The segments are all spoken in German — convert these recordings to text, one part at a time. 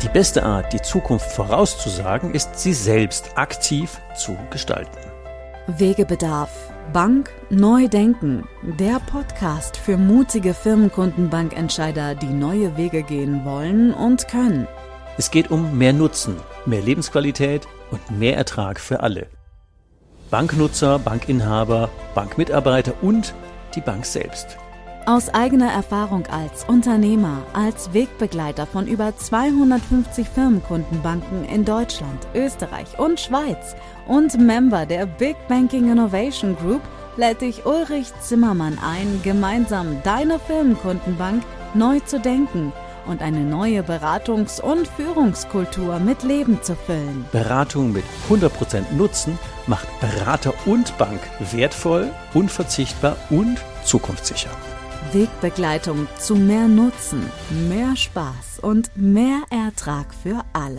Die beste Art, die Zukunft vorauszusagen, ist, sie selbst aktiv zu gestalten. Wegebedarf. Bank neu denken. Der Podcast für mutige Firmenkundenbankentscheider, die neue Wege gehen wollen und können. Es geht um mehr Nutzen, mehr Lebensqualität und mehr Ertrag für alle. Banknutzer, Bankinhaber, Bankmitarbeiter und die Bank selbst. Aus eigener Erfahrung als Unternehmer, als Wegbegleiter von über 250 Firmenkundenbanken in Deutschland, Österreich und Schweiz und Member der Big Banking Innovation Group lädt dich Ulrich Zimmermann ein, gemeinsam deine Firmenkundenbank neu zu denken und eine neue Beratungs- und Führungskultur mit Leben zu füllen. Beratung mit 100% Nutzen macht Berater und Bank wertvoll, unverzichtbar und zukunftssicher. Wegbegleitung zu mehr Nutzen, mehr Spaß und mehr Ertrag für alle.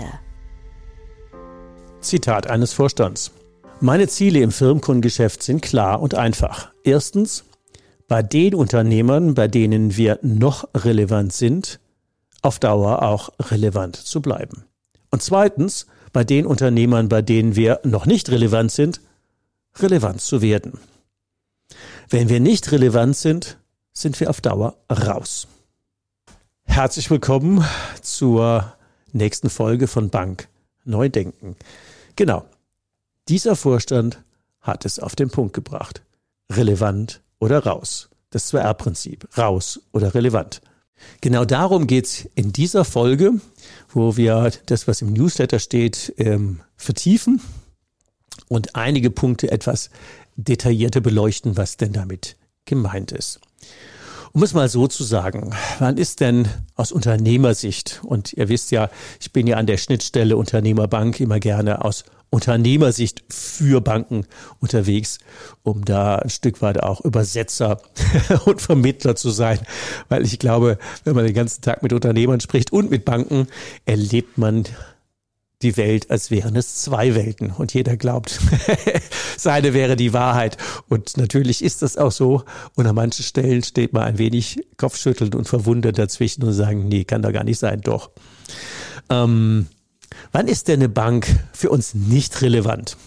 Zitat eines Vorstands. Meine Ziele im Firmenkundengeschäft sind klar und einfach. Erstens, bei den Unternehmern, bei denen wir noch relevant sind, auf Dauer auch relevant zu bleiben. Und zweitens, bei den Unternehmern, bei denen wir noch nicht relevant sind, relevant zu werden. Wenn wir nicht relevant sind wir auf Dauer raus. Herzlich willkommen zur nächsten Folge von Bank neu denken. Genau, dieser Vorstand hat es auf den Punkt gebracht. Relevant oder raus. Das 2R-Prinzip. Raus oder relevant. Genau darum geht es in dieser Folge, wo wir das, was im Newsletter steht, vertiefen und einige Punkte etwas detaillierter beleuchten, was denn damit gemeint ist. Um es mal so zu sagen, wann ist denn aus Unternehmersicht, und ihr wisst ja, ich bin ja an der Schnittstelle Unternehmerbank immer gerne aus Unternehmersicht für Banken unterwegs, um da ein Stück weit auch Übersetzer und Vermittler zu sein, weil ich glaube, wenn man den ganzen Tag mit Unternehmern spricht und mit Banken, erlebt man die Welt, als wären es zwei Welten und jeder glaubt, seine wäre die Wahrheit. Und natürlich ist das auch so. Und an manchen Stellen steht man ein wenig kopfschüttelnd und verwundert dazwischen und sagen, nee, kann doch gar nicht sein, doch. Wann ist denn eine Bank für uns nicht relevant?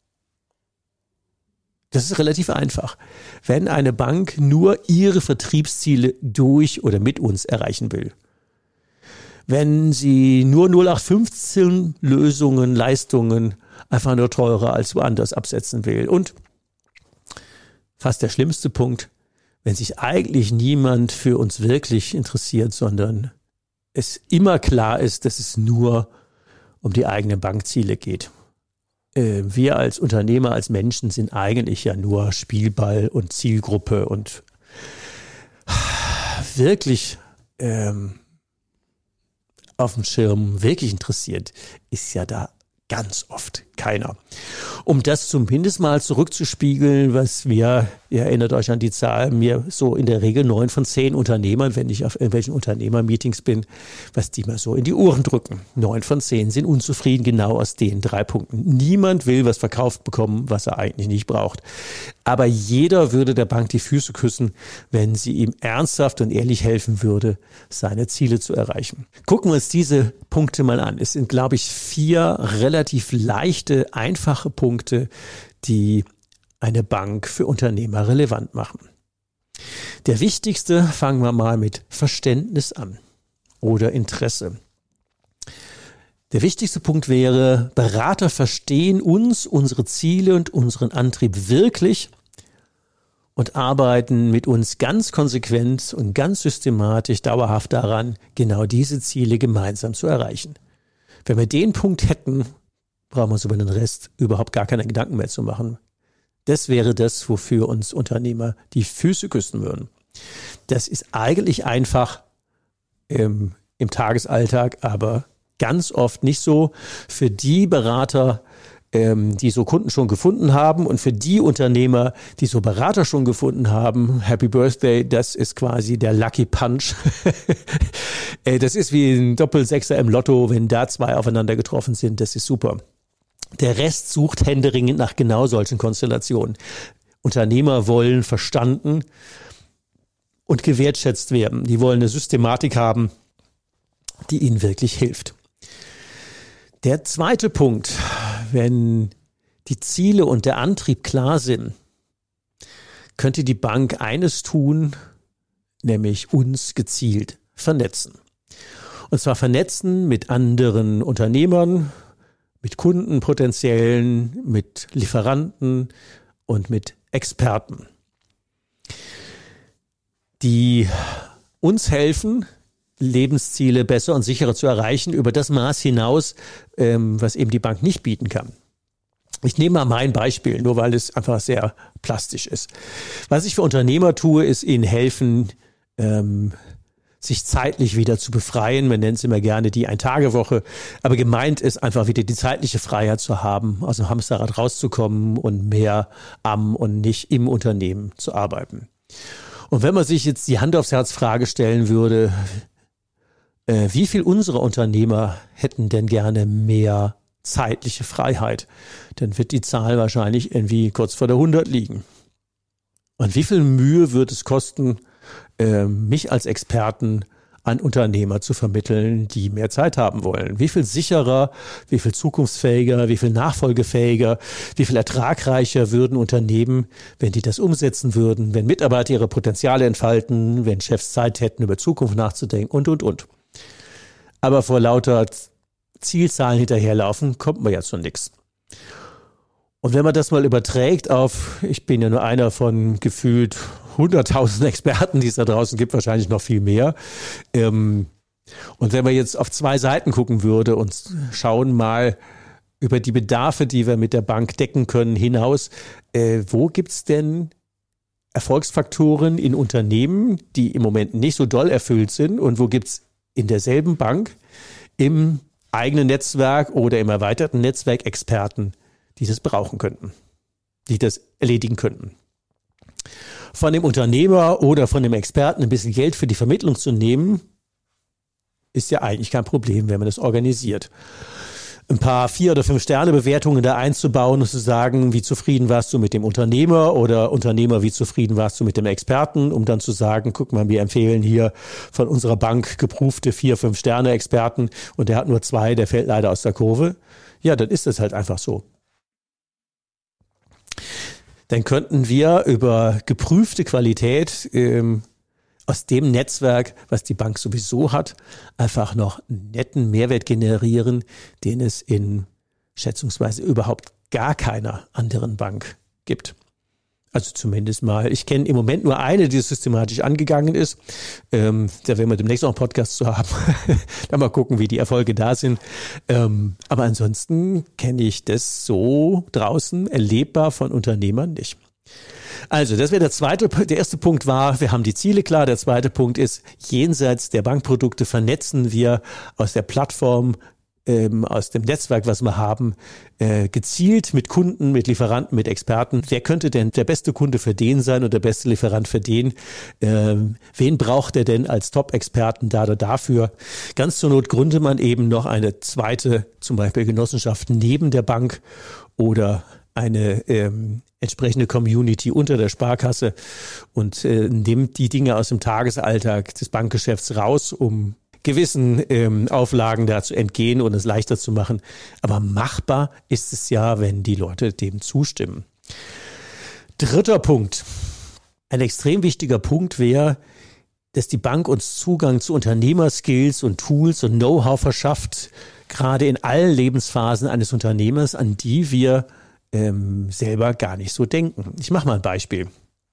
Das ist relativ einfach. Wenn eine Bank nur ihre Vertriebsziele durch oder mit uns erreichen will. Wenn sie nur 0815 Lösungen, Leistungen einfach nur teurer als woanders absetzen will. Und fast der schlimmste Punkt, wenn sich eigentlich niemand für uns wirklich interessiert, sondern es immer klar ist, dass es nur um die eigenen Bankziele geht. Wir als Unternehmer, als Menschen sind eigentlich ja nur Spielball und Zielgruppe und wirklich auf dem Schirm wirklich interessiert, ist ja da ganz oft keiner. Um das zumindest mal zurückzuspiegeln, was wir, ihr erinnert euch an die Zahl, mir so in der Regel 9 von 10 Unternehmern, wenn ich auf irgendwelchen Unternehmermeetings bin, was die mal so in die Ohren drücken. 9 von 10 sind unzufrieden genau aus den 3 Punkten. Niemand will was verkauft bekommen, was er eigentlich nicht braucht. Aber jeder würde der Bank die Füße küssen, wenn sie ihm ernsthaft und ehrlich helfen würde, seine Ziele zu erreichen. Gucken wir uns diese Punkte mal an. Es sind, glaube ich, 4 relativ leichte, einfache Punkte, die eine Bank für Unternehmer relevant machen. Der wichtigste, fangen wir mal mit Verständnis an oder Interesse. Der wichtigste Punkt wäre, Berater verstehen uns, unsere Ziele und unseren Antrieb wirklich und arbeiten mit uns ganz konsequent und ganz systematisch dauerhaft daran, genau diese Ziele gemeinsam zu erreichen. Wenn wir den Punkt hätten, brauchen wir uns über den Rest überhaupt gar keine Gedanken mehr zu machen. Das wäre das, wofür uns Unternehmer die Füße küssen würden. Das ist eigentlich einfach im Tagesalltag, aber ganz oft nicht so. Für die Berater, die so Kunden schon gefunden haben und für die Unternehmer, die so Berater schon gefunden haben, Happy Birthday, das ist quasi der Lucky Punch. Das ist wie ein Doppelsechser im Lotto, wenn da 2 aufeinander getroffen sind, das ist super. Der Rest sucht händeringend nach genau solchen Konstellationen. Unternehmer wollen verstanden und gewertschätzt werden. Die wollen eine Systematik haben, die ihnen wirklich hilft. Der zweite Punkt, wenn die Ziele und der Antrieb klar sind, könnte die Bank eines tun, nämlich uns gezielt vernetzen. Und zwar vernetzen mit anderen Unternehmern, mit Kunden potenziellen, mit Lieferanten und mit Experten, die uns helfen, Lebensziele besser und sicherer zu erreichen, über das Maß hinaus, was eben die Bank nicht bieten kann. Ich nehme mal mein Beispiel, nur weil es einfach sehr plastisch ist. Was ich für Unternehmer tue, ist ihnen helfen, sich zeitlich wieder zu befreien. Man nennt es immer gerne die Ein-Tage-Woche. Aber gemeint ist einfach wieder die zeitliche Freiheit zu haben, aus dem Hamsterrad rauszukommen und mehr am und nicht im Unternehmen zu arbeiten. Und wenn man sich jetzt die Hand aufs Herz Frage stellen würde, wie viel unserer Unternehmer hätten denn gerne mehr zeitliche Freiheit, dann wird die Zahl wahrscheinlich irgendwie kurz vor der 100 liegen. Und wie viel Mühe wird es kosten, mich als Experten an Unternehmer zu vermitteln, die mehr Zeit haben wollen? Wie viel sicherer, wie viel zukunftsfähiger, wie viel nachfolgefähiger, wie viel ertragreicher würden Unternehmen, wenn die das umsetzen würden, wenn Mitarbeiter ihre Potenziale entfalten, wenn Chefs Zeit hätten, über Zukunft nachzudenken und. Aber vor lauter Zielzahlen hinterherlaufen, kommt man ja zu nichts. Und wenn man das mal überträgt auf, ich bin ja nur einer von gefühlt 100.000 Experten, die es da draußen gibt, wahrscheinlich noch viel mehr. Und wenn man jetzt auf 2 Seiten gucken würde und schauen mal über die Bedarfe, die wir mit der Bank decken können, hinaus, wo gibt's denn Erfolgsfaktoren in Unternehmen, die im Moment nicht so doll erfüllt sind, und wo gibt's in derselben Bank im eigenen Netzwerk oder im erweiterten Netzwerk Experten, die das brauchen könnten, die das erledigen könnten. Von dem Unternehmer oder von dem Experten ein bisschen Geld für die Vermittlung zu nehmen, ist ja eigentlich kein Problem, wenn man das organisiert. Ein paar 4- oder 5-Sterne-Bewertungen da einzubauen und zu sagen, wie zufrieden warst du mit dem Unternehmer, oder Unternehmer, wie zufrieden warst du mit dem Experten, um dann zu sagen, guck mal, wir empfehlen hier von unserer Bank geprüfte 4-, 5-Sterne-Experten und der hat nur 2, der fällt leider aus der Kurve. Ja, dann ist das halt einfach so. Dann könnten wir über geprüfte Qualität aus dem Netzwerk, was die Bank sowieso hat, einfach noch einen netten Mehrwert generieren, den es in schätzungsweise überhaupt gar keiner anderen Bank gibt. Also zumindest mal, ich kenne im Moment nur eine, die systematisch angegangen ist. Da werden wir demnächst auch einen Podcast zu haben. Dann mal gucken, wie die Erfolge da sind. Aber ansonsten kenne ich das so draußen erlebbar von Unternehmern nicht. Also, das wäre der erste Punkt war, wir haben die Ziele klar. Der zweite Punkt ist, jenseits der Bankprodukte vernetzen wir aus der Plattform, aus dem Netzwerk, was wir haben, gezielt mit Kunden, mit Lieferanten, mit Experten. Wer könnte denn der beste Kunde für den sein und der beste Lieferant für den? Wen braucht er denn als Top-Experten da oder dafür? Ganz zur Not gründet man eben noch eine zweite, zum Beispiel Genossenschaft neben der Bank oder eine entsprechende Community unter der Sparkasse und nimmt die Dinge aus dem Tagesalltag des Bankgeschäfts raus, um gewissen Auflagen da zu entgehen und es leichter zu machen. Aber machbar ist es ja, wenn die Leute dem zustimmen. Dritter Punkt. Ein extrem wichtiger Punkt wäre, dass die Bank uns Zugang zu Unternehmerskills und Tools und Know-how verschafft, gerade in allen Lebensphasen eines Unternehmers, an die wir selber gar nicht so denken. Ich mache mal ein Beispiel.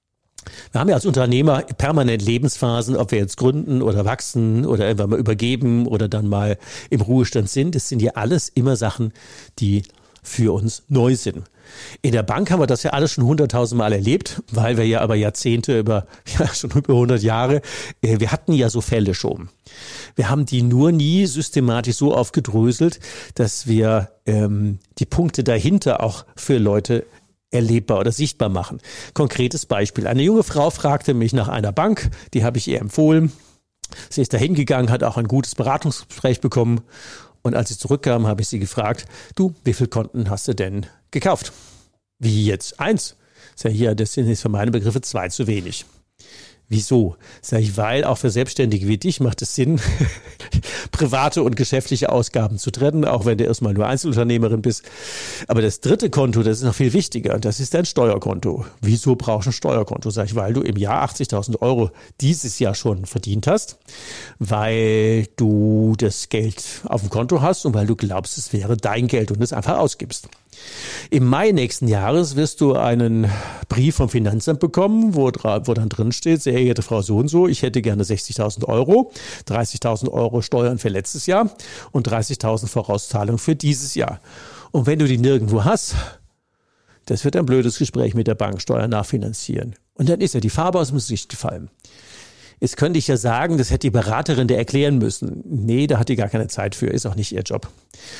Wir haben ja als Unternehmer permanent Lebensphasen, ob wir jetzt gründen oder wachsen oder irgendwann mal übergeben oder dann mal im Ruhestand sind. Das sind ja alles immer Sachen, die für uns neu sind. In der Bank haben wir das ja alles schon 100.000 Mal erlebt, weil wir ja aber Jahrzehnte, schon über 100 Jahre, wir hatten ja so Fälle schon. Wir haben die nur nie systematisch so aufgedröselt, dass wir die Punkte dahinter auch für Leute erlebbar oder sichtbar machen. Konkretes Beispiel. Eine junge Frau fragte mich nach einer Bank, die habe ich ihr empfohlen. Sie ist da hingegangen, hat auch ein gutes Beratungsgespräch bekommen. Und als sie zurückkam, habe ich sie gefragt, du, wie viele Konten hast du denn gekauft? Wie jetzt? 1? Sag ich, ja, das sind jetzt für meine Begriffe 2 zu wenig. Wieso? Sag ich, weil auch für Selbstständige wie dich macht es Sinn, private und geschäftliche Ausgaben zu trennen, auch wenn du erstmal nur Einzelunternehmerin bist. Aber das dritte Konto, das ist noch viel wichtiger, und das ist dein Steuerkonto. Wieso brauchst du ein Steuerkonto? Sag ich, weil du im Jahr 80.000 Euro dieses Jahr schon verdient hast, weil du das Geld auf dem Konto hast und weil du glaubst, es wäre dein Geld und es einfach ausgibst. Im Mai nächsten Jahres wirst du einen Brief vom Finanzamt bekommen, wo dann drin steht, sehr geehrte Frau so und so, ich hätte gerne 60.000 Euro, 30.000 Euro Steuern für letztes Jahr und 30.000 Vorauszahlung für dieses Jahr. Und wenn du die nirgendwo hast, das wird ein blödes Gespräch mit der Bank, Steuern nachfinanzieren. Und dann ist ja die Farbe aus dem Gesicht gefallen. Jetzt könnte ich ja sagen, das hätte die Beraterin dir erklären müssen. Nee, da hat die gar keine Zeit für, ist auch nicht ihr Job.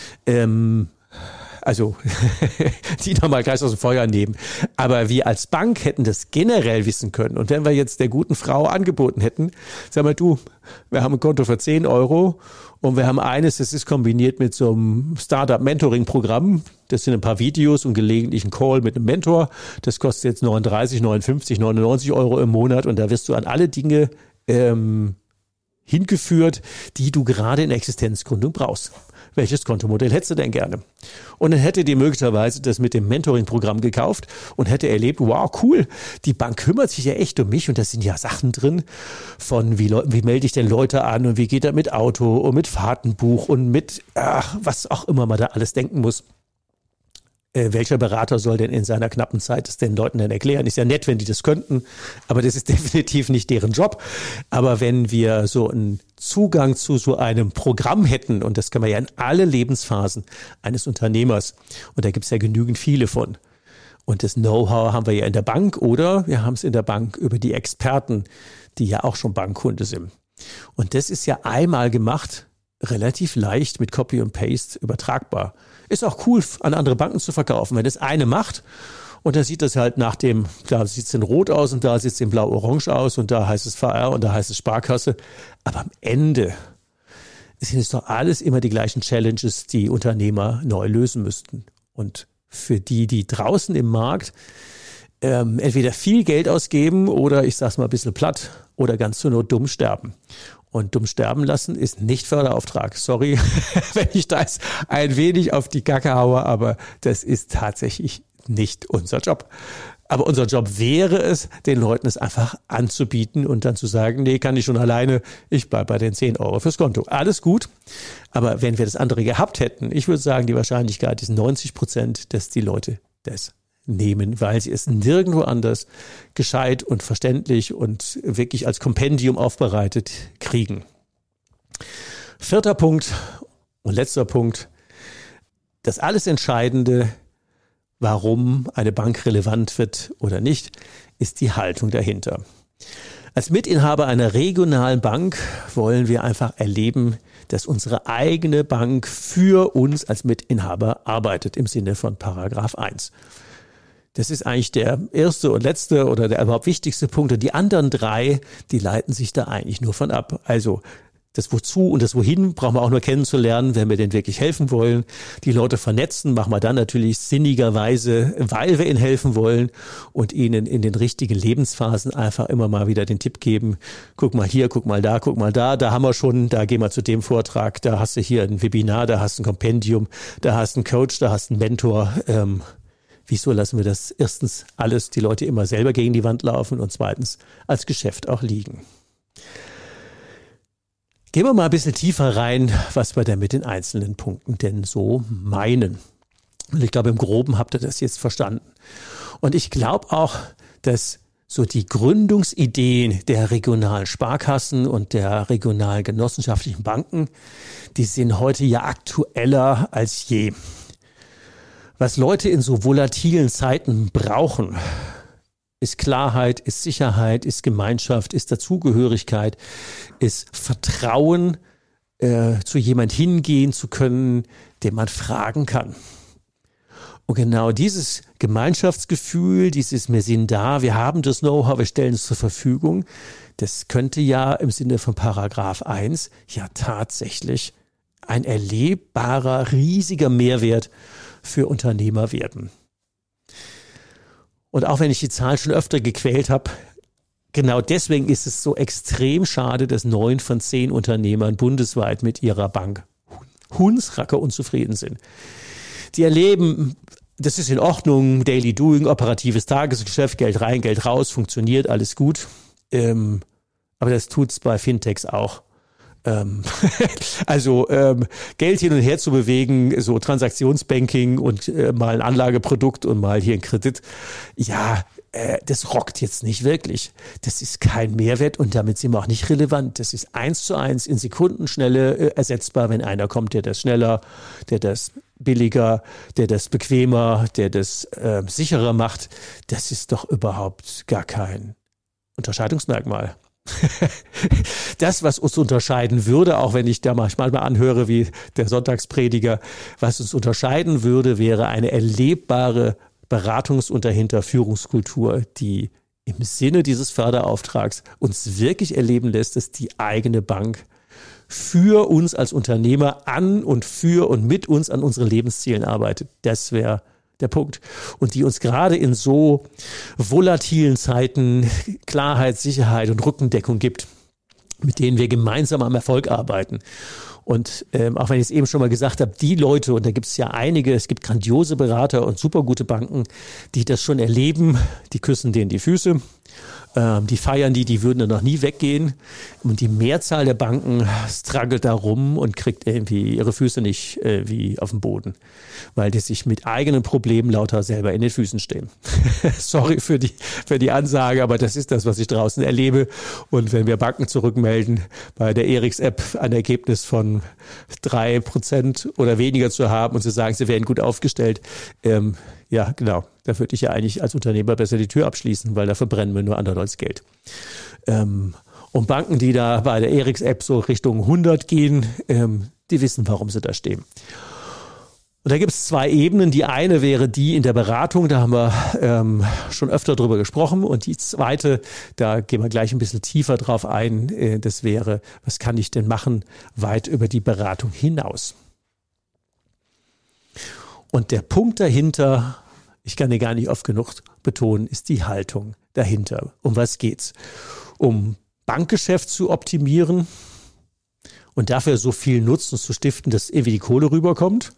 Also, die nochmal gleich aus dem Feuer nehmen. Aber wir als Bank hätten das generell wissen können. Und wenn wir jetzt der guten Frau angeboten hätten, sag mal du, wir haben ein Konto für 10 Euro und wir haben eines, das ist kombiniert mit so einem Startup-Mentoring-Programm. Das sind ein paar Videos und gelegentlich ein Call mit einem Mentor. Das kostet jetzt 39, 59, 99 Euro im Monat und da wirst du an alle Dinge hingeführt, die du gerade in Existenzgründung brauchst. Welches Kontomodell hättest du denn gerne? Und dann hätte die möglicherweise das mit dem Mentoring-Programm gekauft und hätte erlebt, wow, cool, die Bank kümmert sich ja echt um mich und da sind ja Sachen drin von wie melde ich denn Leute an und wie geht er mit Auto und mit Fahrtenbuch und mit, was auch immer man da alles denken muss. Welcher Berater soll denn in seiner knappen Zeit das den Leuten dann erklären? Ist ja nett, wenn die das könnten, aber das ist definitiv nicht deren Job. Aber wenn wir so einen Zugang zu so einem Programm hätten, und das kann man ja in alle Lebensphasen eines Unternehmers, und da gibt es ja genügend viele von, und das Know-how haben wir ja in der Bank oder wir haben es in der Bank über die Experten, die ja auch schon Bankkunde sind. Und das ist ja einmal gemacht, relativ leicht mit Copy und Paste übertragbar. Ist auch cool, an andere Banken zu verkaufen. Wenn das eine macht und dann sieht das halt da sieht es in Rot aus und da sieht es in Blau-Orange aus und da heißt es VR und da heißt es Sparkasse. Aber am Ende sind es doch alles immer die gleichen Challenges, die Unternehmer neu lösen müssten. Und für die draußen im Markt entweder viel Geld ausgeben oder, ich sag's mal ein bisschen platt, oder ganz zur Not dumm sterben. Und dumm sterben lassen ist nicht Förderauftrag. Sorry, wenn ich da jetzt ein wenig auf die Kacke haue, aber das ist tatsächlich nicht unser Job. Aber unser Job wäre es, den Leuten es einfach anzubieten und dann zu sagen, nee, kann ich schon alleine, ich bleibe bei den 10 Euro fürs Konto. Alles gut, aber wenn wir das andere gehabt hätten, ich würde sagen, die Wahrscheinlichkeit ist 90%, dass die Leute das nehmen, weil sie es nirgendwo anders gescheit und verständlich und wirklich als Kompendium aufbereitet kriegen. 4. Punkt und letzter Punkt. Das alles Entscheidende, warum eine Bank relevant wird oder nicht, ist die Haltung dahinter. Als Mitinhaber einer regionalen Bank wollen wir einfach erleben, dass unsere eigene Bank für uns als Mitinhaber arbeitet im Sinne von Paragraph 1. Das ist eigentlich der erste und letzte oder der überhaupt wichtigste Punkt. Und die anderen 3, die leiten sich da eigentlich nur von ab. Also das Wozu und das Wohin brauchen wir auch nur kennenzulernen, wenn wir denen wirklich helfen wollen. Die Leute vernetzen machen wir dann natürlich sinnigerweise, weil wir ihnen helfen wollen und ihnen in den richtigen Lebensphasen einfach immer mal wieder den Tipp geben, guck mal hier, guck mal da haben wir schon, da gehen wir zu dem Vortrag, da hast du hier ein Webinar, da hast du ein Kompendium, da hast du einen Coach, da hast du einen Mentor. Wieso lassen wir das erstens alles die Leute immer selber gegen die Wand laufen und zweitens als Geschäft auch liegen? Gehen wir mal ein bisschen tiefer rein, was wir denn mit den einzelnen Punkten denn so meinen. Und ich glaube, im Groben habt ihr das jetzt verstanden. Und ich glaube auch, dass so die Gründungsideen der regionalen Sparkassen und der regionalen genossenschaftlichen Banken, die sind heute ja aktueller als je. Was Leute in so volatilen Zeiten brauchen, ist Klarheit, ist Sicherheit, ist Gemeinschaft, ist Dazugehörigkeit, ist Vertrauen, zu jemand hingehen zu können, den man fragen kann. Und genau dieses Gemeinschaftsgefühl, dieses wir sind da, wir haben das Know-how, wir stellen es zur Verfügung, das könnte ja im Sinne von Paragraph 1 ja tatsächlich ein erlebbarer, riesiger Mehrwert für Unternehmer werden. Und auch wenn ich die Zahl schon öfter gequält habe, genau deswegen ist es so extrem schade, dass 9 von 10 Unternehmern bundesweit mit ihrer Bank hundsracke unzufrieden sind. Die erleben, das ist in Ordnung, Daily Doing, operatives Tagesgeschäft, Geld rein, Geld raus, funktioniert, alles gut. Aber das tut's bei Fintechs auch. Geld hin und her zu bewegen, so Transaktionsbanking und mal ein Anlageprodukt und mal hier ein Kredit, das rockt jetzt nicht wirklich. Das ist kein Mehrwert und damit sind wir auch nicht relevant. Das ist 1:1 in Sekundenschnelle ersetzbar, wenn einer kommt, der das schneller, der das billiger, der das bequemer, der das sicherer macht. Das ist doch überhaupt gar kein Unterscheidungsmerkmal. Das, was uns unterscheiden würde, auch wenn ich da manchmal mal anhöre wie der Sonntagsprediger, was uns unterscheiden würde, wäre eine erlebbare Beratungs- und dahinter Führungskultur, die im Sinne dieses Förderauftrags uns wirklich erleben lässt, dass die eigene Bank für uns als Unternehmer an und für und mit uns an unseren Lebenszielen arbeitet. Das wäre der Punkt. Und die uns gerade in so volatilen Zeiten Klarheit, Sicherheit und Rückendeckung gibt, mit denen wir gemeinsam am Erfolg arbeiten. Und auch wenn ich es eben schon mal gesagt habe, die Leute, und da gibt es ja einige, es gibt grandiose Berater und super gute Banken, die das schon erleben, die küssen denen die Füße. Die feiern die würden dann noch nie weggehen. Und die Mehrzahl der Banken struggelt da rum und kriegt irgendwie ihre Füße nicht wie auf dem Boden, weil die sich mit eigenen Problemen lauter selber in den Füßen stehen. Sorry für die Ansage, aber das ist das, was ich draußen erlebe. Und wenn wir Banken zurückmelden, bei der ERIX-App ein Ergebnis von 3% oder weniger zu haben und zu sagen, sie wären gut aufgestellt, ja, genau. Da würde ich ja eigentlich als Unternehmer besser die Tür abschließen, weil da verbrennen wir nur andernorts Geld. Und Banken, die da bei der ERIX-App so Richtung 100 gehen, die wissen, warum sie da stehen. Und da gibt es 2 Ebenen. Die eine wäre die in der Beratung, da haben wir schon öfter drüber gesprochen. Und die zweite, da gehen wir gleich ein bisschen tiefer drauf ein, das wäre, was kann ich denn machen, weit über die Beratung hinaus. Und der Punkt dahinter, ich kann dir gar nicht oft genug betonen, ist die Haltung dahinter. Um was geht's? Um Bankgeschäft zu optimieren und dafür so viel Nutzen zu stiften, dass irgendwie die Kohle rüberkommt?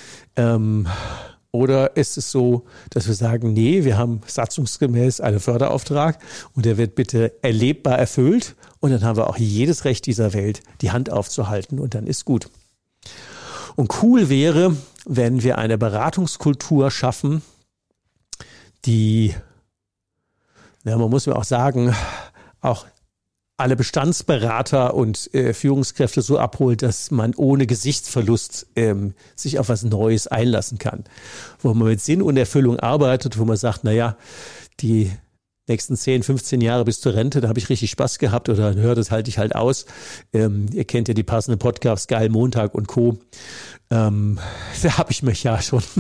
Oder ist es so, dass wir sagen, nee, wir haben satzungsgemäß einen Förderauftrag und der wird bitte erlebbar erfüllt und dann haben wir auch jedes Recht dieser Welt, die Hand aufzuhalten und dann ist gut. Und cool wäre, wenn wir eine Beratungskultur schaffen, die, man muss mir auch sagen, auch alle Bestandsberater und Führungskräfte so abholt, dass man ohne Gesichtsverlust sich auf was Neues einlassen kann. Wo man mit Sinn und Erfüllung arbeitet, wo man sagt, die nächsten 10, 15 Jahre bis zur Rente, da habe ich richtig Spaß gehabt oder das halte ich halt aus. Ihr kennt ja die passenden Podcasts, Geil Montag und Co. Da habe ich mich ja schon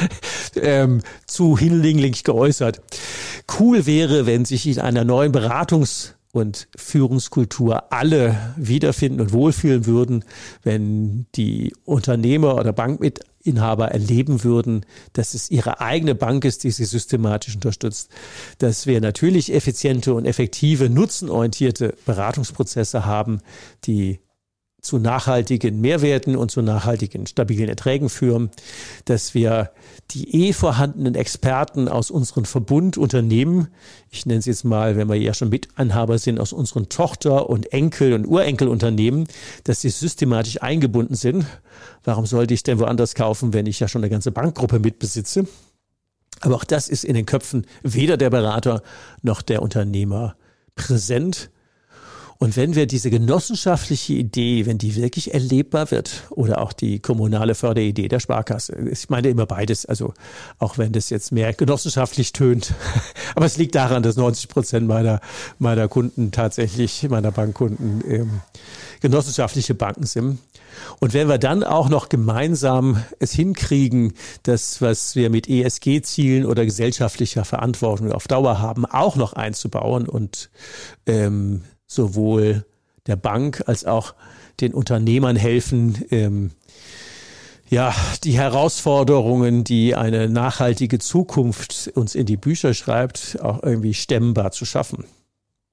zu hinlänglich geäußert. Cool wäre, wenn sich in einer neuen Beratungs- und Führungskultur alle wiederfinden und wohlfühlen würden, wenn die Unternehmer oder Bankinhaber erleben würden, dass es ihre eigene Bank ist, die sie systematisch unterstützt, dass wir natürlich effiziente und effektive, nutzenorientierte Beratungsprozesse haben, die zu nachhaltigen Mehrwerten und zu nachhaltigen, stabilen Erträgen führen, dass wir die vorhandenen Experten aus unseren Verbundunternehmen, ich nenne es jetzt mal, wenn wir ja schon Mitinhaber sind, aus unseren Tochter- und Enkel- und Urenkelunternehmen, dass sie systematisch eingebunden sind. Warum sollte ich denn woanders kaufen, wenn ich ja schon eine ganze Bankgruppe mitbesitze? Aber auch das ist in den Köpfen weder der Berater noch der Unternehmer präsent. Und wenn wir diese genossenschaftliche Idee, wenn die wirklich erlebbar wird, oder auch die kommunale Förderidee der Sparkasse, ich meine immer beides, also auch wenn das jetzt mehr genossenschaftlich tönt, aber es liegt daran, dass 90% meiner Kunden tatsächlich, meiner Bankkunden genossenschaftliche Banken sind. Und wenn wir dann auch noch gemeinsam es hinkriegen, das, was wir mit ESG-Zielen oder gesellschaftlicher Verantwortung auf Dauer haben, auch noch einzubauen und sowohl der Bank als auch den Unternehmern helfen, die Herausforderungen, die eine nachhaltige Zukunft uns in die Bücher schreibt, auch irgendwie stemmbar zu schaffen.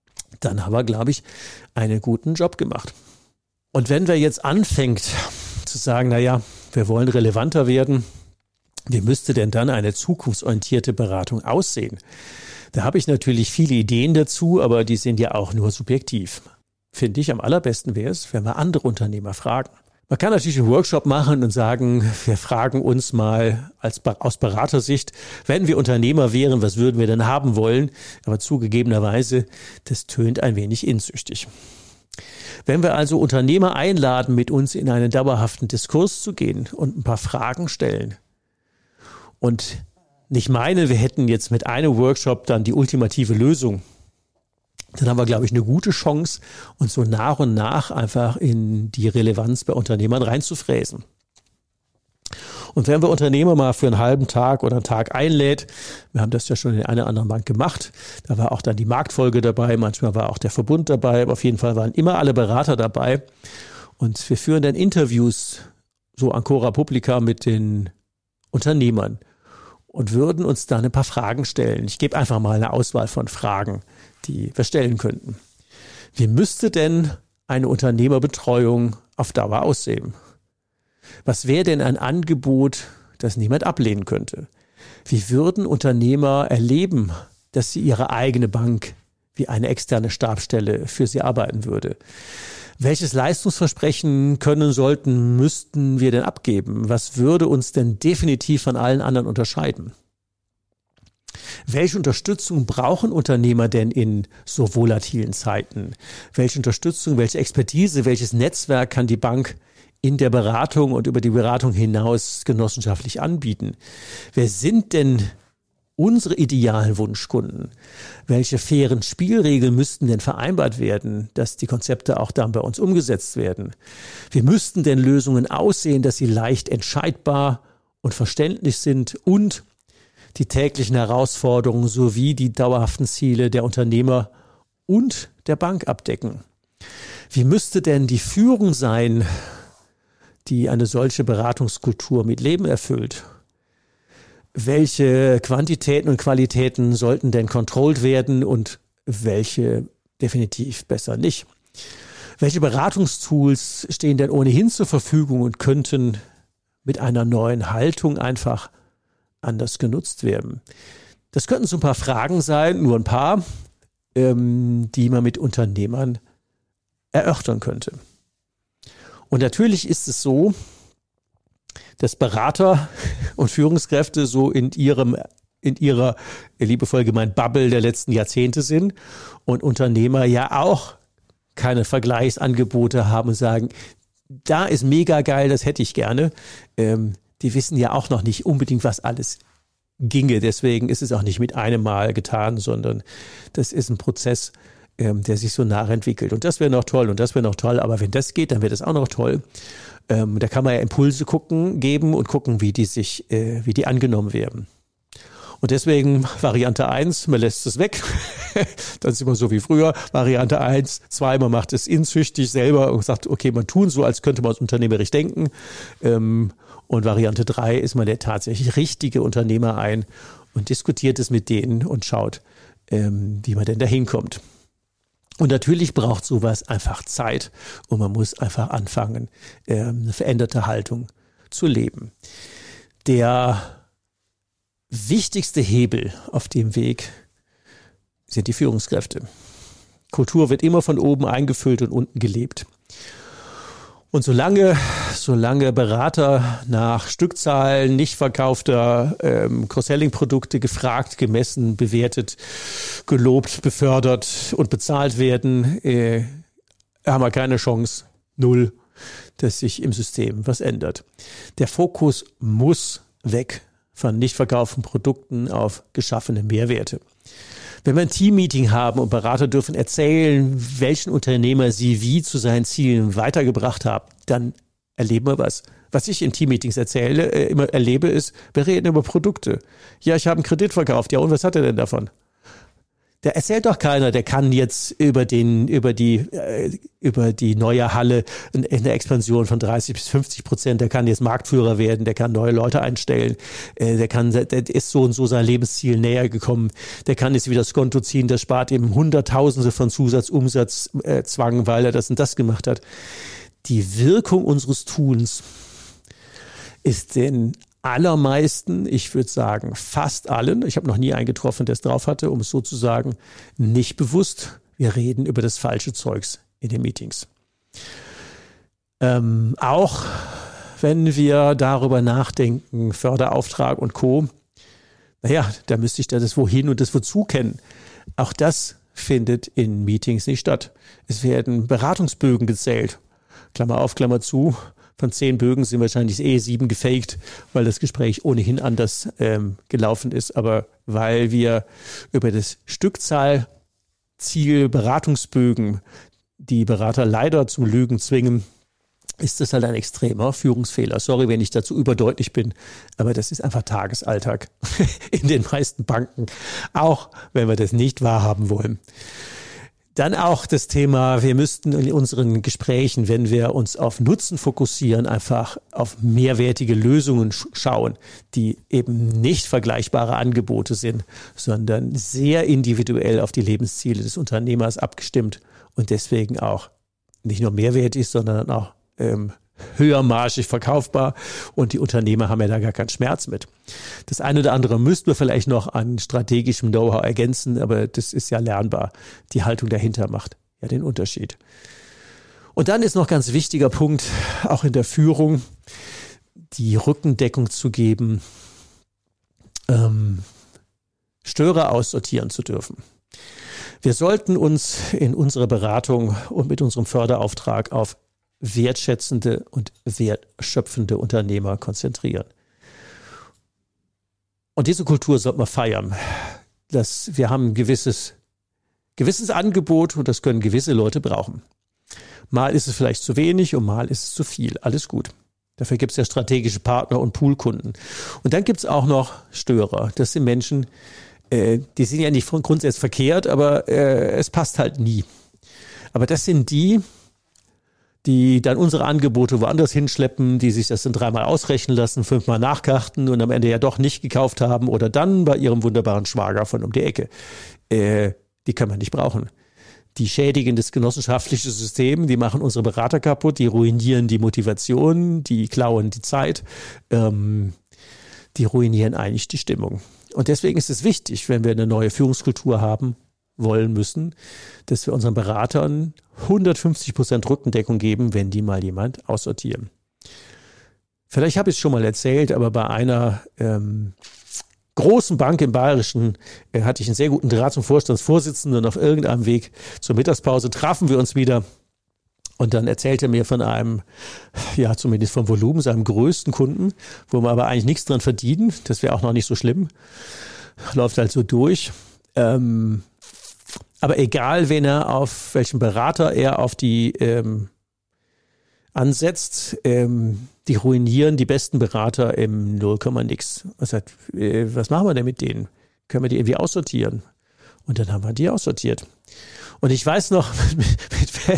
dann haben wir, glaube ich, einen guten Job gemacht. Und wenn wir jetzt anfängt zu sagen, naja, wir wollen relevanter werden, wie müsste denn dann eine zukunftsorientierte Beratung aussehen? Da habe ich natürlich viele Ideen dazu, aber die sind ja auch nur subjektiv. Finde ich, am allerbesten wäre es, wenn wir andere Unternehmer fragen. Man kann natürlich einen Workshop machen und sagen, wir fragen uns mal aus Beratersicht, wenn wir Unternehmer wären, was würden wir denn haben wollen? Aber zugegebenerweise, das tönt ein wenig inzüchtig. Wenn wir also Unternehmer einladen, mit uns in einen dauerhaften Diskurs zu gehen und ein paar Fragen stellen und nicht meinen, wir hätten jetzt mit einem Workshop dann die ultimative Lösung, dann haben wir, glaube ich, eine gute Chance, uns so nach und nach einfach in die Relevanz bei Unternehmern reinzufräsen. Und wenn wir Unternehmer mal für einen halben Tag oder einen Tag einlädt, wir haben das ja schon in einer oder anderen Bank gemacht, da war auch dann die Marktfolge dabei, manchmal war auch der Verbund dabei, aber auf jeden Fall waren immer alle Berater dabei. Und wir führen dann Interviews, so Ancora Publica, mit den Unternehmern und würden uns dann ein paar Fragen stellen. Ich gebe einfach mal eine Auswahl von Fragen, die wir stellen könnten. Wie müsste denn eine Unternehmerbetreuung auf Dauer aussehen? Was wäre denn ein Angebot, das niemand ablehnen könnte? Wie würden Unternehmer erleben, dass sie ihre eigene Bank wie eine externe Stabsstelle für sie arbeiten würde? Welches Leistungsversprechen müssten wir denn abgeben? Was würde uns denn definitiv von allen anderen unterscheiden? Welche Unterstützung brauchen Unternehmer denn in so volatilen Zeiten? Welche Unterstützung, welche Expertise, welches Netzwerk kann die Bank in der Beratung und über die Beratung hinaus genossenschaftlich anbieten? Wer sind denn unsere idealen Wunschkunden? Welche fairen Spielregeln müssten denn vereinbart werden, dass die Konzepte auch dann bei uns umgesetzt werden? Wie müssten denn Lösungen aussehen, dass sie leicht entscheidbar und verständlich sind und die täglichen Herausforderungen sowie die dauerhaften Ziele der Unternehmer und der Bank abdecken? Wie müsste denn die Führung sein, die eine solche Beratungskultur mit Leben erfüllt? Welche Quantitäten und Qualitäten sollten denn controlled werden und welche definitiv besser nicht? Welche Beratungstools stehen denn ohnehin zur Verfügung und könnten mit einer neuen Haltung einfach anders genutzt werden? Das könnten so ein paar Fragen sein, nur ein paar, die man mit Unternehmern erörtern könnte. Und natürlich ist es so, dass Berater und Führungskräfte so in ihrer liebevoll gemeint Bubble der letzten Jahrzehnte sind und Unternehmer ja auch keine Vergleichsangebote haben und sagen, da ist mega geil, das hätte ich gerne. Die wissen ja auch noch nicht unbedingt, was alles ginge. Deswegen ist es auch nicht mit einem Mal getan, sondern das ist ein Prozess, der sich so nachentwickelt. Und das wäre noch toll und das wäre noch toll. Aber wenn das geht, dann wäre das auch noch toll. Da kann man ja Impulse geben und gucken, wie die angenommen werden. Und deswegen Variante 1, man lässt es weg. Dann ist immer so wie früher. Variante 1, 2, man macht es inzüchtig selber und sagt, okay, man tun so, als könnte man als unternehmerisch denken. Und Variante 3 ist, man lädt tatsächlich richtige Unternehmer ein und diskutiert es mit denen und schaut, wie man denn da hinkommt. Und natürlich braucht sowas einfach Zeit und man muss einfach anfangen, eine veränderte Haltung zu leben. Der wichtigste Hebel auf dem Weg sind die Führungskräfte. Kultur wird immer von oben eingefüllt und unten gelebt. Und solange Berater nach Stückzahlen nicht verkaufter Cross-Selling-Produkte gefragt, gemessen, bewertet, gelobt, befördert und bezahlt werden, haben wir keine Chance, null, dass sich im System was ändert. Der Fokus muss weg von nicht verkauften Produkten auf geschaffene Mehrwerte. Wenn wir ein Teammeeting haben und Berater dürfen erzählen, welchen Unternehmer sie wie zu seinen Zielen weitergebracht haben, dann erleben wir was. Was ich in Teammeetings immer erlebe, ist, wir reden über Produkte. Ja, ich habe einen Kredit verkauft. Ja, und was hat er denn davon? Da erzählt doch keiner, der kann jetzt über die neue Halle eine Expansion von 30-50%, der kann jetzt Marktführer werden, der kann neue Leute einstellen, der ist so und so sein Lebensziel näher gekommen, der kann jetzt wieder das Konto ziehen, das spart ihm Hunderttausende von Zusatzumsatzzwang, weil er das und das gemacht hat. Die Wirkung unseres Tuns ist den allermeisten, ich würde sagen fast allen, ich habe noch nie einen getroffen, der es drauf hatte, um es so zu sagen, nicht bewusst. Wir reden über das falsche Zeugs in den Meetings. Auch wenn wir darüber nachdenken, Förderauftrag und Co., da müsste ich da das Wohin und das Wozu kennen. Auch das findet in Meetings nicht statt. Es werden Beratungsbögen gezählt. Klammer auf, Klammer zu. Von 10 Bögen sind wahrscheinlich 7 gefaked, weil das Gespräch ohnehin anders gelaufen ist. Aber weil wir über das Stückzahlziel Beratungsbögen die Berater leider zum Lügen zwingen, ist das halt ein extremer Führungsfehler. Sorry, wenn ich dazu überdeutlich bin, aber das ist einfach Tagesalltag in den meisten Banken, auch wenn wir das nicht wahrhaben wollen. Dann auch das Thema, wir müssten in unseren Gesprächen, wenn wir uns auf Nutzen fokussieren, einfach auf mehrwertige Lösungen schauen, die eben nicht vergleichbare Angebote sind, sondern sehr individuell auf die Lebensziele des Unternehmers abgestimmt und deswegen auch nicht nur mehrwertig, sondern auch höhermargig verkaufbar und die Unternehmer haben ja da gar keinen Schmerz mit. Das eine oder andere müssten wir vielleicht noch an strategischem Know-how ergänzen, aber das ist ja lernbar. Die Haltung dahinter macht ja den Unterschied. Und dann ist noch ganz wichtiger Punkt, auch in der Führung, die Rückendeckung zu geben, Störer aussortieren zu dürfen. Wir sollten uns in unserer Beratung und mit unserem Förderauftrag auf wertschätzende und wertschöpfende Unternehmer konzentrieren. Und diese Kultur sollte man feiern. Wir haben ein gewisses Angebot und das können gewisse Leute brauchen. Mal ist es vielleicht zu wenig und mal ist es zu viel. Alles gut. Dafür gibt es ja strategische Partner und Poolkunden. Und dann gibt es auch noch Störer. Das sind Menschen, die sind ja nicht grundsätzlich verkehrt, aber es passt halt nie. Aber das sind die dann unsere Angebote woanders hinschleppen, die sich das dann 3-mal ausrechnen lassen, 5-mal nachkarten und am Ende ja doch nicht gekauft haben oder dann bei ihrem wunderbaren Schwager von um die Ecke. Die können wir nicht brauchen. Die schädigen das genossenschaftliche System, die machen unsere Berater kaputt, die ruinieren die Motivation, die klauen die Zeit, die ruinieren eigentlich die Stimmung. Und deswegen ist es wichtig, wenn wir eine neue Führungskultur haben wollen müssen, dass wir unseren Beratern 150% Rückendeckung geben, wenn die mal jemand aussortieren. Vielleicht habe ich es schon mal erzählt, aber bei einer großen Bank im Bayerischen hatte ich einen sehr guten Draht zum Vorstandsvorsitzenden und auf irgendeinem Weg zur Mittagspause trafen wir uns wieder und dann erzählte er mir von einem, ja zumindest vom Volumen, seinem größten Kunden, wo wir aber eigentlich nichts dran verdienen, das wäre auch noch nicht so schlimm, läuft halt so durch. Aber egal, auf welchen Berater er auf die ansetzt, die ruinieren die besten Berater im 0,nix. Was machen wir denn mit denen? Können wir die irgendwie aussortieren? Und dann haben wir die aussortiert. Und ich weiß noch, mit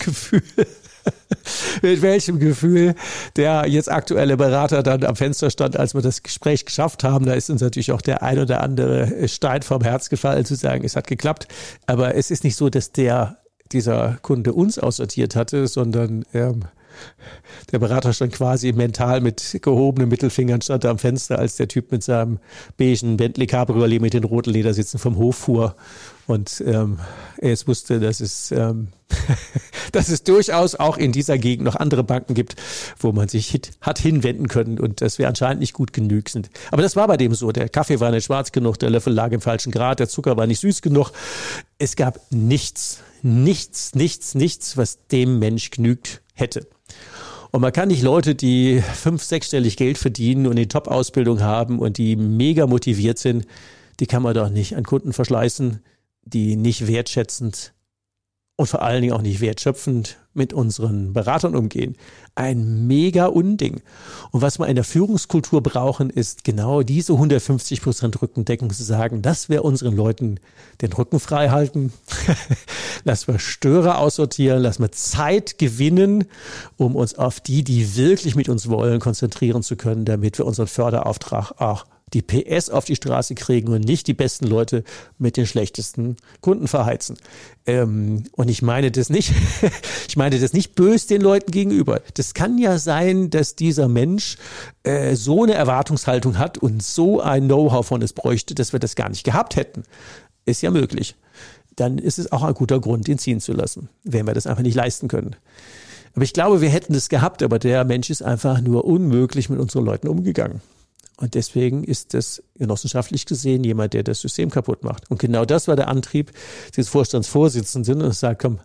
welchem Gefühl der jetzt aktuelle Berater dann am Fenster stand, als wir das Gespräch geschafft haben. Da ist uns natürlich auch der ein oder andere Stein vom Herz gefallen, zu sagen, es hat geklappt. Aber es ist nicht so, dass dieser Kunde uns aussortiert hatte, sondern der Berater stand quasi mental mit gehobenen Mittelfingern stand da am Fenster, als der Typ mit seinem beigen Bentley Cabriolet mit den roten Ledersitzen vom Hof fuhr. Und er jetzt wusste, dass es durchaus auch in dieser Gegend noch andere Banken gibt, wo man sich hat hinwenden können und dass wir anscheinend nicht gut genug sind. Aber das war bei dem so. Der Kaffee war nicht schwarz genug, der Löffel lag im falschen Grad, der Zucker war nicht süß genug. Es gab nichts, was dem Mensch genügt hätte. Und man kann nicht Leute, die 5-, 6-stellig Geld verdienen und eine Top-Ausbildung haben und die mega motiviert sind, die kann man doch nicht an Kunden verschleißen, die nicht wertschätzend und vor allen Dingen auch nicht wertschöpfend mit unseren Beratern umgehen. Ein mega Unding. Und was wir in der Führungskultur brauchen, ist genau diese 150% Rückendeckung zu sagen, dass wir unseren Leuten den Rücken frei halten, dass wir Störer aussortieren, dass wir Zeit gewinnen, um uns auf die wirklich mit uns wollen, konzentrieren zu können, damit wir unseren Förderauftrag auch die PS auf die Straße kriegen und nicht die besten Leute mit den schlechtesten Kunden verheizen. Und ich meine das nicht böse den Leuten gegenüber. Das kann ja sein, dass dieser Mensch so eine Erwartungshaltung hat und so ein Know-how von es bräuchte, dass wir das gar nicht gehabt hätten. Ist ja möglich. Dann ist es auch ein guter Grund, ihn ziehen zu lassen, wenn wir das einfach nicht leisten können. Aber ich glaube, wir hätten das gehabt, aber der Mensch ist einfach nur unmöglich mit unseren Leuten umgegangen. Und deswegen ist das genossenschaftlich gesehen jemand, der das System kaputt macht. Und genau das war der Antrieb des Vorstandsvorsitzenden. Und sagt, komm,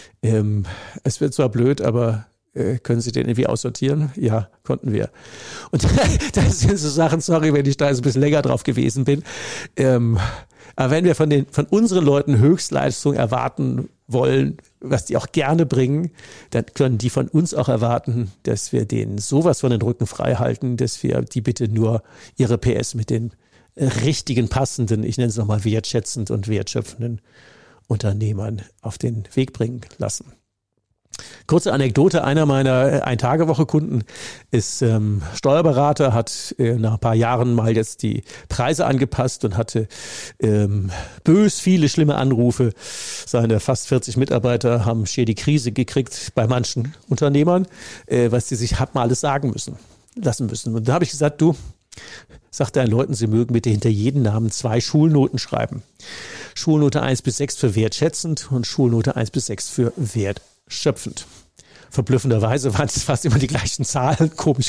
es wird zwar blöd, aber können Sie den irgendwie aussortieren? Ja, konnten wir. Und das sind so Sachen, sorry, wenn ich da jetzt ein bisschen länger drauf gewesen bin. Aber wenn wir von unseren Leuten Höchstleistung erwarten wollen, was die auch gerne bringen, dann können die von uns auch erwarten, dass wir denen sowas von den Rücken frei halten, dass wir die bitte nur ihre PS mit den richtigen, passenden, ich nenne es nochmal wertschätzend und wertschöpfenden Unternehmern auf den Weg bringen lassen. Kurze Anekdote, einer meiner Ein-Tage-Woche-Kunden ist Steuerberater, hat nach ein paar Jahren mal jetzt die Preise angepasst und hatte bös viele schlimme Anrufe. Seine fast 40 Mitarbeiter haben schier die Krise gekriegt bei manchen Unternehmern, was sie sich hat mal alles sagen lassen müssen. Und da habe ich gesagt, du, sag deinen Leuten, sie mögen bitte hinter jeden Namen 2 Schulnoten schreiben. Schulnote 1-6 für wertschätzend und Schulnote 1-6 für wertschöpfend. Verblüffenderweise waren es fast immer die gleichen Zahlen, komisch.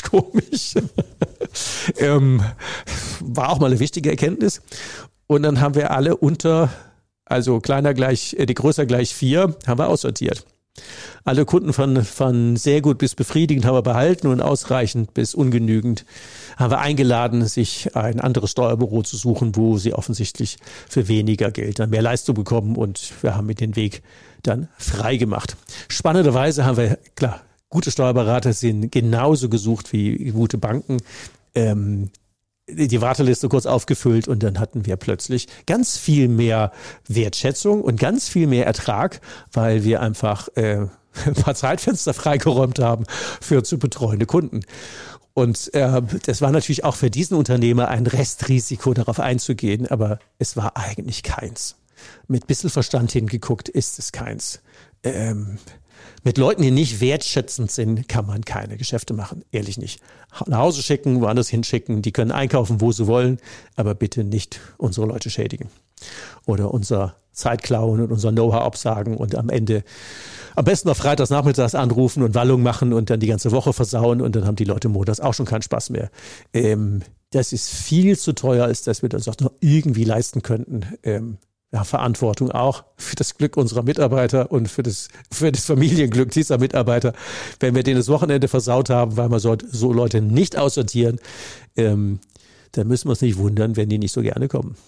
War auch mal eine wichtige Erkenntnis. Und dann haben wir alle also größer gleich 4, haben wir aussortiert. Alle Kunden von sehr gut bis befriedigend haben wir behalten und ausreichend bis ungenügend haben wir eingeladen, sich ein anderes Steuerbüro zu suchen, wo sie offensichtlich für weniger Geld dann mehr Leistung bekommen, und wir haben mit den Weg dann frei gemacht. Spannenderweise haben wir, klar, gute Steuerberater sind genauso gesucht wie gute Banken. Die Warteliste kurz aufgefüllt und dann hatten wir plötzlich ganz viel mehr Wertschätzung und ganz viel mehr Ertrag, weil wir einfach ein paar Zeitfenster freigeräumt haben für zu betreuende Kunden. Und das war natürlich auch für diesen Unternehmer ein Restrisiko, darauf einzugehen, aber es war eigentlich keins. Mit ein bisschen Verstand hingeguckt ist es keins. Mit Leuten, die nicht wertschätzend sind, kann man keine Geschäfte machen. Ehrlich nicht. Nach Hause schicken, woanders hinschicken. Die können einkaufen, wo sie wollen, aber bitte nicht unsere Leute schädigen. Oder unser Zeit klauen und unser Know-how absagen und am Ende am besten noch freitags nachmittags anrufen und Wallung machen und dann die ganze Woche versauen und dann haben die Leute montags auch schon keinen Spaß mehr. Das ist viel zu teuer, als dass wir das auch noch irgendwie leisten könnten. Ja, Verantwortung auch für das Glück unserer Mitarbeiter und für das Familienglück dieser Mitarbeiter. Wenn wir denen das Wochenende versaut haben, weil wir so Leute nicht aussortieren, dann müssen wir uns nicht wundern, wenn die nicht so gerne kommen.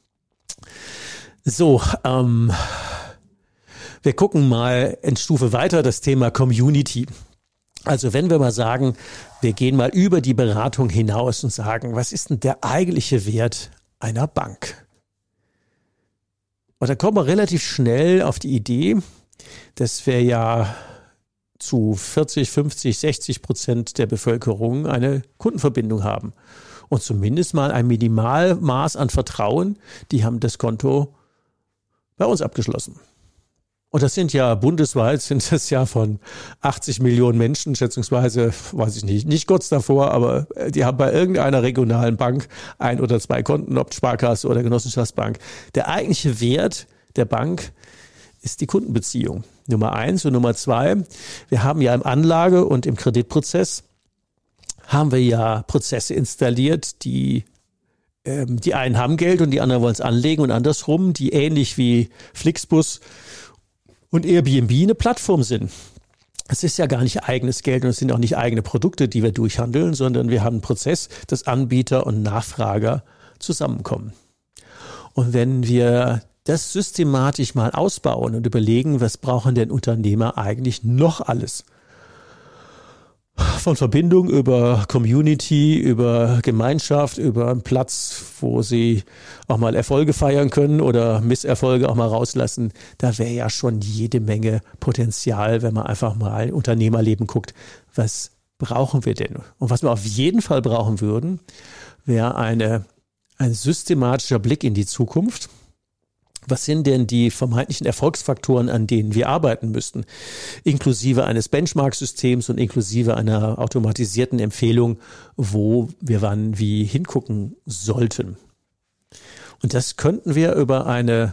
So, wir gucken mal eine Stufe weiter, das Thema Community. Also wenn wir mal sagen, wir gehen mal über die Beratung hinaus und sagen, was ist denn der eigentliche Wert einer Bank? Und da kommen wir relativ schnell auf die Idee, dass wir ja zu 40, 50, 60% der Bevölkerung eine Kundenverbindung haben. Und zumindest mal ein Minimalmaß an Vertrauen, die haben das Konto bei uns abgeschlossen. Und das sind ja bundesweit, sind das ja von 80 Millionen Menschen, schätzungsweise, weiß ich nicht kurz davor, aber die haben bei irgendeiner regionalen Bank 1 oder 2 Konten, ob Sparkasse oder Genossenschaftsbank. Der eigentliche Wert der Bank ist die Kundenbeziehung. Nummer 1 und Nummer 2, wir haben ja im Anlage- und im Kreditprozess haben wir ja Prozesse installiert, die einen haben Geld und die anderen wollen es anlegen und andersrum, die ähnlich wie Flixbus und Airbnb eine Plattform sind. Es ist ja gar nicht eigenes Geld und es sind auch nicht eigene Produkte, die wir durchhandeln, sondern wir haben einen Prozess, dass Anbieter und Nachfrager zusammenkommen. Und wenn wir das systematisch mal ausbauen und überlegen, was brauchen denn Unternehmer eigentlich noch alles? Von Verbindung über Community, über Gemeinschaft, über einen Platz, wo sie auch mal Erfolge feiern können oder Misserfolge auch mal rauslassen. Da wäre ja schon jede Menge Potenzial, wenn man einfach mal Unternehmerleben guckt. Was brauchen wir denn? Und was wir auf jeden Fall brauchen würden, wäre ein systematischer Blick in die Zukunft. Was sind denn die vermeintlichen Erfolgsfaktoren, an denen wir arbeiten müssten? Inklusive eines Benchmark-Systems und inklusive einer automatisierten Empfehlung, wo wir wann wie hingucken sollten. Und das könnten wir über ein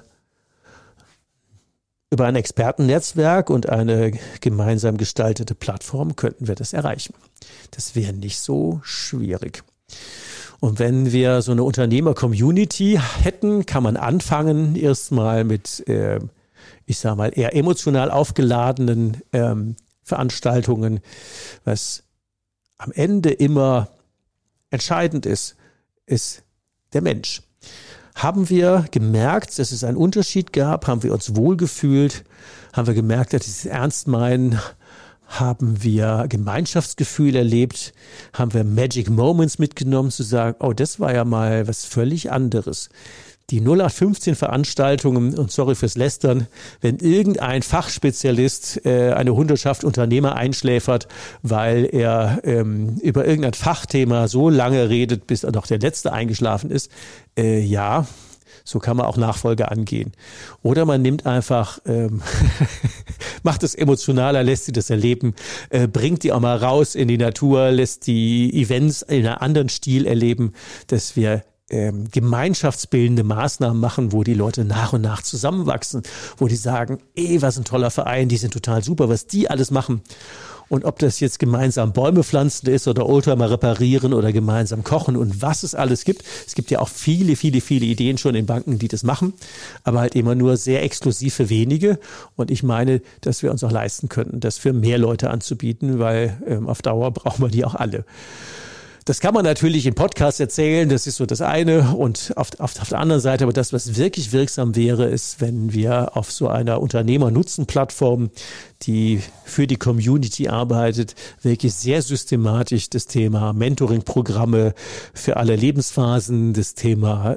Expertennetzwerk und eine gemeinsam gestaltete Plattform könnten wir das erreichen. Das wäre nicht so schwierig. Und wenn wir so eine Unternehmer-Community hätten, kann man anfangen erstmal mit, ich sage mal, eher emotional aufgeladenen Veranstaltungen, was am Ende immer entscheidend ist der Mensch. Haben wir gemerkt, dass es einen Unterschied gab? Haben wir uns wohlgefühlt? Haben wir gemerkt, dass sie es ernst meinen? Haben wir Gemeinschaftsgefühl erlebt? Haben wir Magic Moments mitgenommen, zu sagen, oh, das war ja mal was völlig anderes. Die 0815 Veranstaltungen, und sorry fürs Lästern, wenn irgendein Fachspezialist eine Hundertschaft Unternehmer einschläfert, weil er über irgendein Fachthema so lange redet, bis noch der Letzte eingeschlafen ist, ja, so kann man auch Nachfolge angehen. Oder man nimmt einfach, macht es emotionaler, lässt sie das erleben, bringt die auch mal raus in die Natur, lässt die Events in einem anderen Stil erleben, dass wir gemeinschaftsbildende Maßnahmen machen, wo die Leute nach und nach zusammenwachsen, wo die sagen, was ein toller Verein, die sind total super, was die alles machen. Und ob das jetzt gemeinsam Bäume pflanzen ist oder Oldtimer reparieren oder gemeinsam kochen und was es alles gibt. Es gibt ja auch viele Ideen schon in Banken, die das machen, aber halt immer nur sehr exklusiv für wenige. Und ich meine, dass wir uns auch leisten könnten, das für mehr Leute anzubieten, weil auf Dauer brauchen wir die auch alle. Das kann man natürlich in Podcasts erzählen, das ist so das eine. Und auf der anderen Seite, aber das, was wirklich wirksam wäre, ist, wenn wir auf so einer Unternehmer-Nutzen-Plattform, die für die Community arbeitet, wirklich sehr systematisch das Thema Mentoring-Programme für alle Lebensphasen, das Thema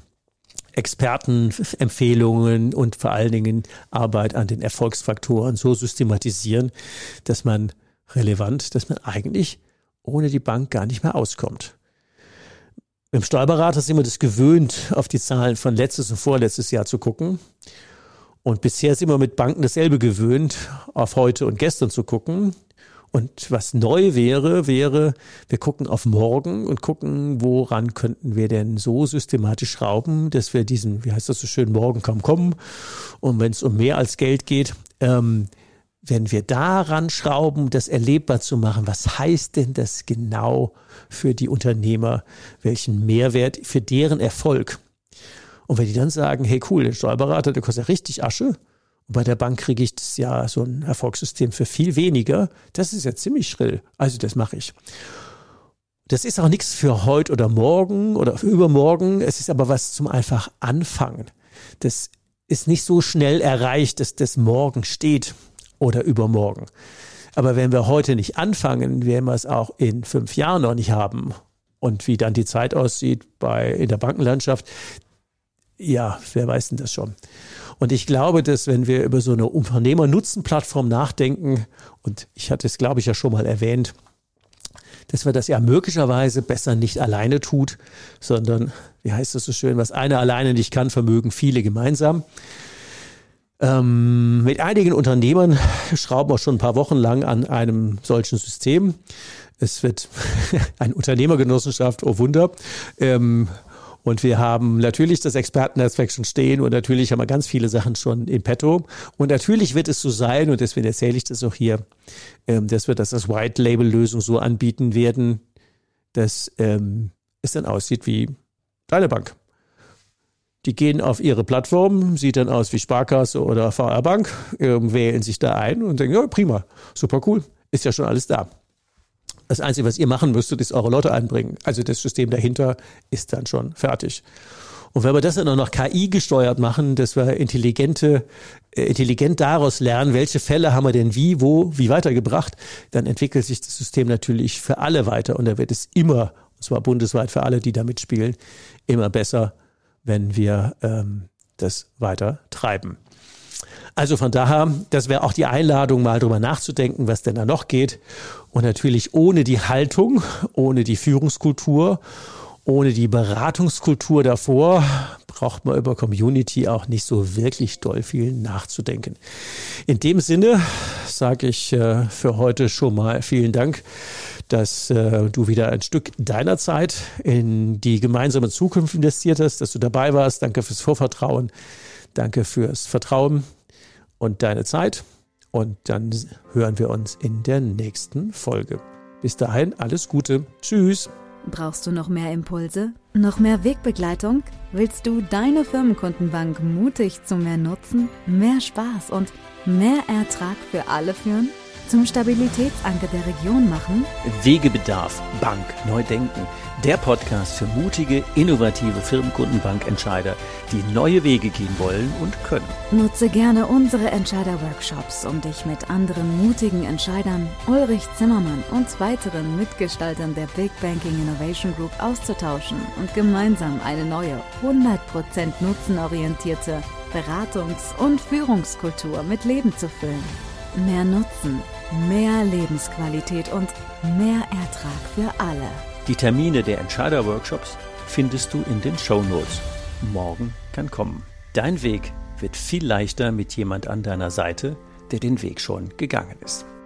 Expertenempfehlungen und vor allen Dingen Arbeit an den Erfolgsfaktoren so systematisieren, dass man eigentlich ohne die Bank gar nicht mehr auskommt. Im Steuerberater sind wir das gewöhnt, auf die Zahlen von letztes und vorletztes Jahr zu gucken. Und bisher sind wir mit Banken dasselbe gewöhnt, auf heute und gestern zu gucken. Und was neu wäre, wir gucken auf morgen und gucken, woran könnten wir denn so systematisch schrauben, dass wir diesen, wie heißt das so schön, morgen kaum kommen. Und wenn es um mehr als Geld geht, wenn wir daran schrauben, das erlebbar zu machen, was heißt denn das genau für die Unternehmer? Welchen Mehrwert für deren Erfolg? Und wenn die dann sagen, hey cool, der Steuerberater, der kostet ja richtig Asche. Und bei der Bank kriege ich das ja so ein Erfolgssystem für viel weniger. Das ist ja ziemlich schrill. Also das mache ich. Das ist auch nichts für heute oder morgen oder für übermorgen. Es ist aber was zum einfach Anfangen. Das ist nicht so schnell erreicht, dass das morgen steht. Oder übermorgen. Aber wenn wir heute nicht anfangen, werden wir es auch in 5 Jahren noch nicht haben. Und wie dann die Zeit aussieht in der Bankenlandschaft, ja, wer weiß denn das schon. Und ich glaube, dass wenn wir über so eine Unternehmer-Nutzen-Plattform nachdenken, und ich hatte es, glaube ich, ja schon mal erwähnt, dass wir das ja möglicherweise besser nicht alleine tut, sondern, wie heißt das so schön, was einer alleine nicht kann, vermögen viele gemeinsam. Mit einigen Unternehmern schrauben wir schon ein paar Wochen lang an einem solchen System. Es wird eine Unternehmergenossenschaft, oh Wunder. Und wir haben natürlich das Expertennetzwerk schon stehen und natürlich haben wir ganz viele Sachen schon in petto. Und natürlich wird es so sein, und deswegen erzähle ich das auch hier, dass wir das als White-Label-Lösung so anbieten werden, dass es dann aussieht wie deine Bank. Die gehen auf ihre Plattform, sieht dann aus wie Sparkasse oder VR Bank, wählen sich da ein und denken, ja prima, super cool, ist ja schon alles da. Das Einzige, was ihr machen müsstet, ist eure Leute einbringen. Also das System dahinter ist dann schon fertig. Und wenn wir das dann auch noch KI gesteuert machen, dass wir intelligent daraus lernen, welche Fälle haben wir denn wie weitergebracht, dann entwickelt sich das System natürlich für alle weiter. Und da wird es immer, und zwar bundesweit für alle, die da mitspielen, immer besser, wenn wir das weiter treiben. Also von daher, das wäre auch die Einladung, mal drüber nachzudenken, was denn da noch geht. Und natürlich ohne die Haltung, ohne die Führungskultur, ohne die Beratungskultur davor, braucht man über Community auch nicht so wirklich doll viel nachzudenken. In dem Sinne sage ich für heute schon mal vielen Dank, dass du wieder ein Stück deiner Zeit in die gemeinsame Zukunft investiert hast, dass du dabei warst. Danke fürs Vorvertrauen, danke fürs Vertrauen und deine Zeit. Und dann hören wir uns in der nächsten Folge. Bis dahin, alles Gute. Tschüss. Brauchst du noch mehr Impulse? Noch mehr Wegbegleitung? Willst du deine Firmenkundenbank mutig zu mehr Nutzen, mehr Spaß und mehr Ertrag für alle führen? Zum Stabilitätsanker der Region machen? Wegebedarf, Bank, neu denken. Der Podcast für mutige, innovative Firmenkundenbankentscheider, die neue Wege gehen wollen und können. Nutze gerne unsere Entscheider-Workshops, um dich mit anderen mutigen Entscheidern, Ulrich Zimmermann und weiteren Mitgestaltern der Big Banking Innovation Group auszutauschen und gemeinsam eine neue, 100% nutzenorientierte Beratungs- und Führungskultur mit Leben zu füllen. Mehr Nutzen, mehr Lebensqualität und mehr Ertrag für alle. Die Termine der Entscheider-Workshops findest du in den Shownotes. Morgen kann kommen. Dein Weg wird viel leichter mit jemand an deiner Seite, der den Weg schon gegangen ist.